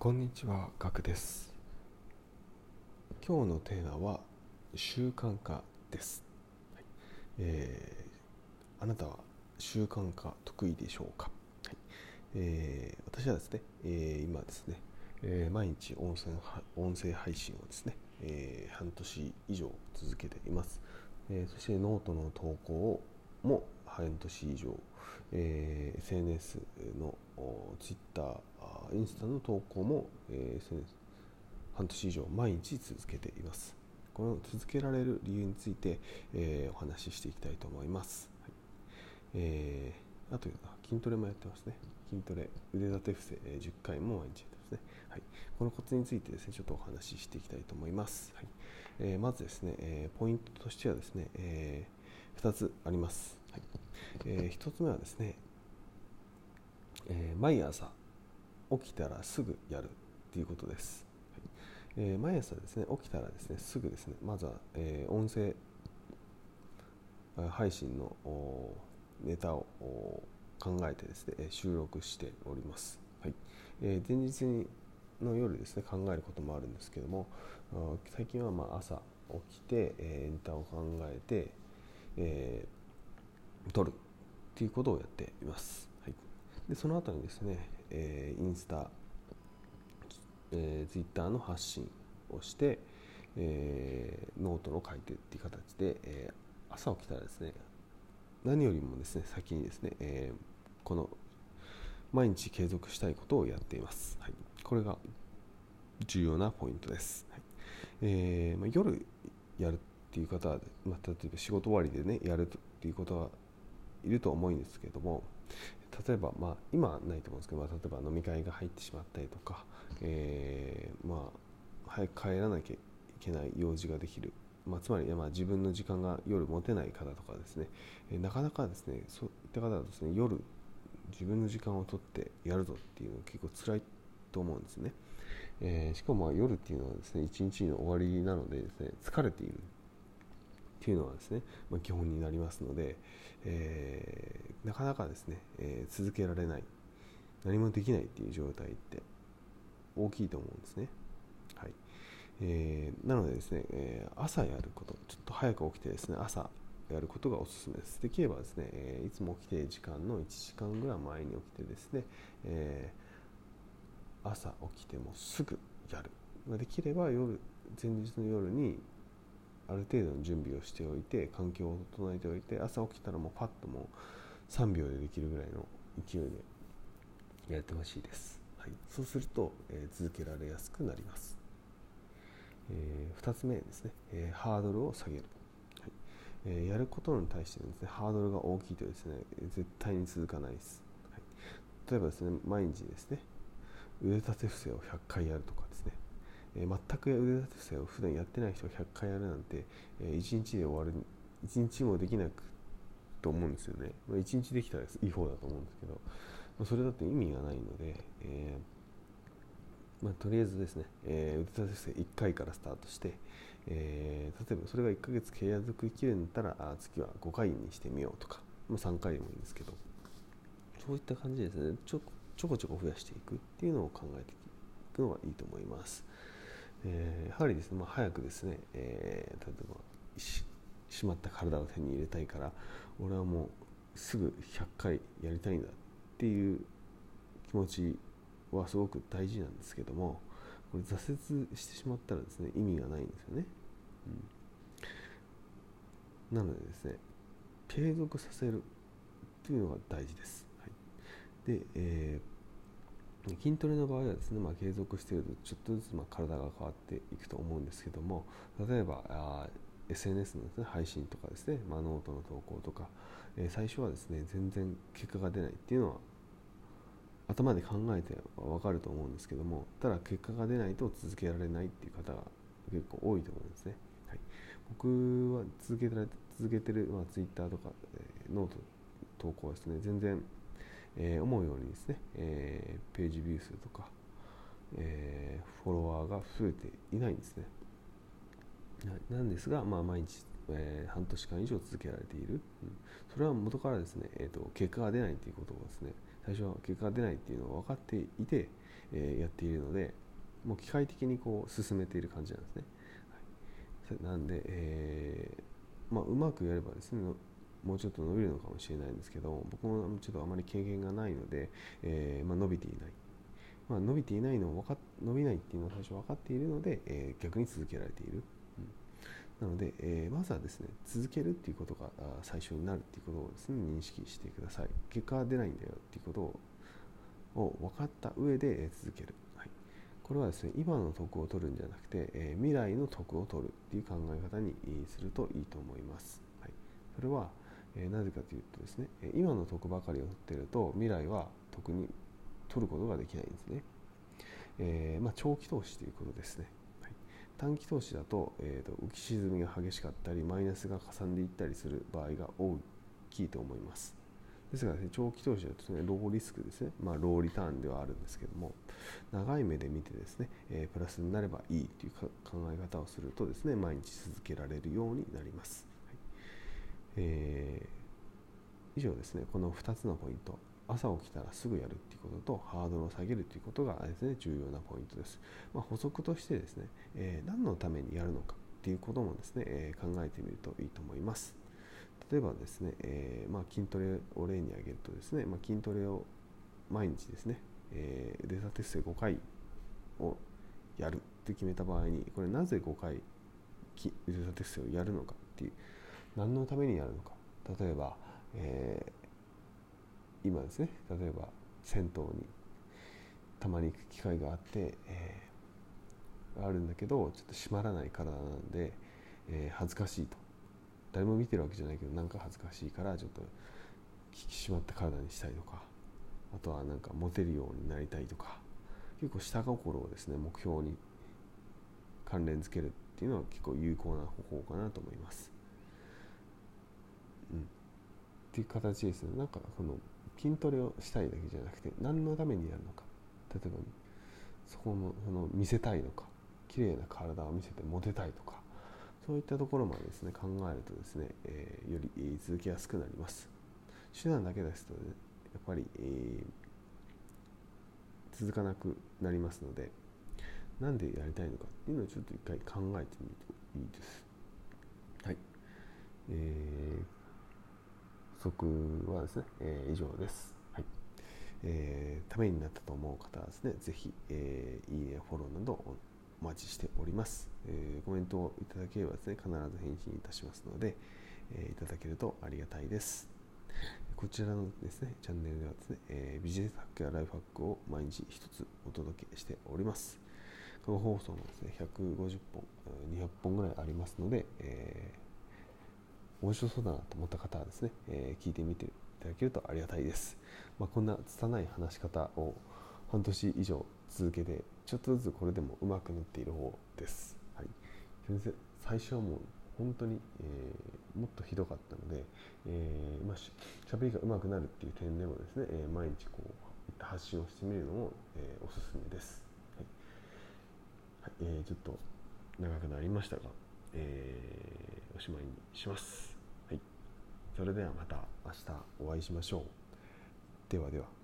こんにちは、ガクです。今日のテーマは習慣化です。はい。あなたは習慣化得意でしょうか？はい。私はですね、今ですね、毎日音声配信をですね、半年以上続けています。そしてノートの投稿も半年以上、SNS のTwitter、インスタの投稿も、SNS 半年以上毎日続けています。この続けられる理由について、お話ししていきたいと思います。はい。あと筋トレもやってますね。筋トレ、腕立て伏せ、10回も毎日やってますね。はい。このコツについてですね、ちょっとお話ししていきたいと思います。はい。まずですね、ポイントとしてはですね、2つあります。はい。1つ目はですね、毎朝起きたらすぐやるということです。毎朝ですね、起きたらですね、すぐですね、まずは、音声配信のネタを考えてですね、収録しております。はい。前日の夜ですね、考えることもあるんですけども、最近は朝起きて、ネタを考えて、撮るっていうことをやっています。はい。でその後にですね、インスタ、ツイッターの発信をして、ノートの書いてっていう形で、朝起きたらですね、何よりもですね、先にですね、この毎日継続したいことをやっています。はい。これが重要なポイントです。はい。夜やるっていう方は、例えば仕事終わりでねやるっていうことはいると思うんですけれども、例えば、今はないと思うんですけど、例えば飲み会が入ってしまったりとか、早く帰らなきゃいけない用事ができる、つまり、自分の時間が夜持てない方とかですね、なかなかですね、そういった方はですね、夜自分の時間を取ってやるぞっていうのは結構辛いと思うんですね。しかも夜っていうのはですね、一日の終わりなのでですね、疲れているっていうのはですね、基本になりますので、なかなかですね、続けられない、何もできないっていう状態って大きいと思うんですね。はい。なのでですね、朝やること、ちょっと早く起きてですね、朝やることがおすすめです。できればですね、いつも起きている時間の1時間ぐらい前に起きてですね、朝起きてもすぐやる。できれば前日の夜にある程度の準備をしておいて、環境を整えておいて、朝起きたらもうパッともう3秒でできるぐらいの勢いでやってほしいです。はい。そうすると、続けられやすくなります。2つ目ですね、ハードルを下げる。はい。やることに対してのですね、ハードルが大きいとですね、絶対に続かないです。はい。例えばですね、毎日ですね、腕立て伏せを100回やるとかですね、全く腕立て伏せを普段やってない人が100回やるなんて、1日で終わる、1日もできなくと思うんですよね。1日できたらいい方だと思うんですけど、それだって意味がないので、とりあえずですね、腕立て伏せ1回からスタートして、例えばそれが1ヶ月継続できるんだったら、次は5回にしてみようとか、3回でもいいんですけど、そういった感じでですね、ちょこちょこ増やしていくっていうのを考えていくのがいいと思います。やはりですね、早くですね、例えばしまった体を手に入れたいから、俺はもうすぐ100回やりたいんだっていう気持ちはすごく大事なんですけども、これ挫折してしまったらですね、意味がないんですよね。なのでですね、継続させるっていうのが大事です。はい。で、筋トレの場合はですね、継続しているとちょっとずつ体が変わっていくと思うんですけども、例えばSNS のですね、配信とかですね、ノートの投稿とか、最初はですね、全然結果が出ないっていうのは頭で考えて分かると思うんですけども、ただ結果が出ないと続けられないっていう方が結構多いと思うんですね。はい。僕は続けてる、Twitter とか、ノート投稿はですね、全然思うようにですね、ページビュー数とか、フォロワーが増えていないんですね。なんですが、毎日、半年間以上続けられている、それは元からですね、結果が出ないということをですね、 最初は結果が出ないっていうのは分かっていて、やっているので、もう機械的にこう進めている感じなんですね。はい、なんで、うまくやればですね、もうちょっと伸びるのかもしれないんですけど、僕もちょっとあまり経験がないので、伸びていない。伸びていないのを伸びないっていうのを最初分かっているので、逆に続けられている。なので、まずはですね、続けるっていうことが最初になるっていうことをですね、認識してください。結果が出ないんだよっていうことを分かった上で続ける。はい、これはですね、今の得を取るんじゃなくて、未来の得を取るっていう考え方にするといいと思います。はい、それは、なぜかというとですね、今の得ばかりを取っていると、未来は得に取ることができないんですね。長期投資ということですね。はい、短期投資だと、浮き沈みが激しかったり、マイナスがかさんでいったりする場合が大きいと思います。ですが、ね、長期投資だとですね、ローリスクですね、ローリターンではあるんですけども、長い目で見てですね、プラスになればいいという考え方をするとですね、毎日続けられるようになります。はい、以上ですね、この2つのポイント、朝起きたらすぐやるっていうこととハードルを下げるということがですね、重要なポイントです。補足としてですね、何のためにやるのかっていうこともですね、考えてみるといいと思います。例えばですね、筋トレを例に挙げるとですね、筋トレを毎日ですね、腕立て伏せ5回をやるって決めた場合に、これなぜ5回腕立て伏せをやるのかっていう、何のためにやるのか。例えば、今ですね、例えば銭湯にたまに行く機会があって、あるんだけどちょっと締まらない体なんで、恥ずかしいと、誰も見てるわけじゃないけどなんか恥ずかしいからちょっと引き締まった体にしたいとか、あとはなんかモテるようになりたいとか、結構下心をですね目標に関連付けるっていうのは結構有効な方法かなと思います。っていう形ですね。なんかこの筋トレをしたいだけじゃなくて、何のためにやるのか、例えばその見せたいのか、綺麗な体を見せてモテたいとか、そういったところまでですね考えるとですね、より続けやすくなります。手段だけですと、ね、やっぱり、続かなくなりますので、なんでやりたいのかっていうのをちょっと一回考えてみるといいです。はい、補足はですね、以上です。はい、ためになったと思う方はですね、ぜひ、いいね、フォローなどお待ちしております。コメントをいただければですね、必ず返信いたしますので、いただけるとありがたいです。こちらのですね、チャンネルではですね、ビジネスハックやライフハックを毎日一つお届けしております。この放送もですね、150本、200本ぐらいありますので、面白そうだなと思った方はですね、聞いてみていただけるとありがたいです。こんな拙い話し方を半年以上続けて、ちょっとずつこれでも上手くなっている方です。はい、先生、最初はもう本当に、もっとひどかったので、喋りが上手くなるっていう点でもですね、毎日こう発信をしてみるのも、おすすめです。はいはい、ちょっと長くなりましたが、おしまいにします。はい、それではまた明日お会いしましょう。ではでは。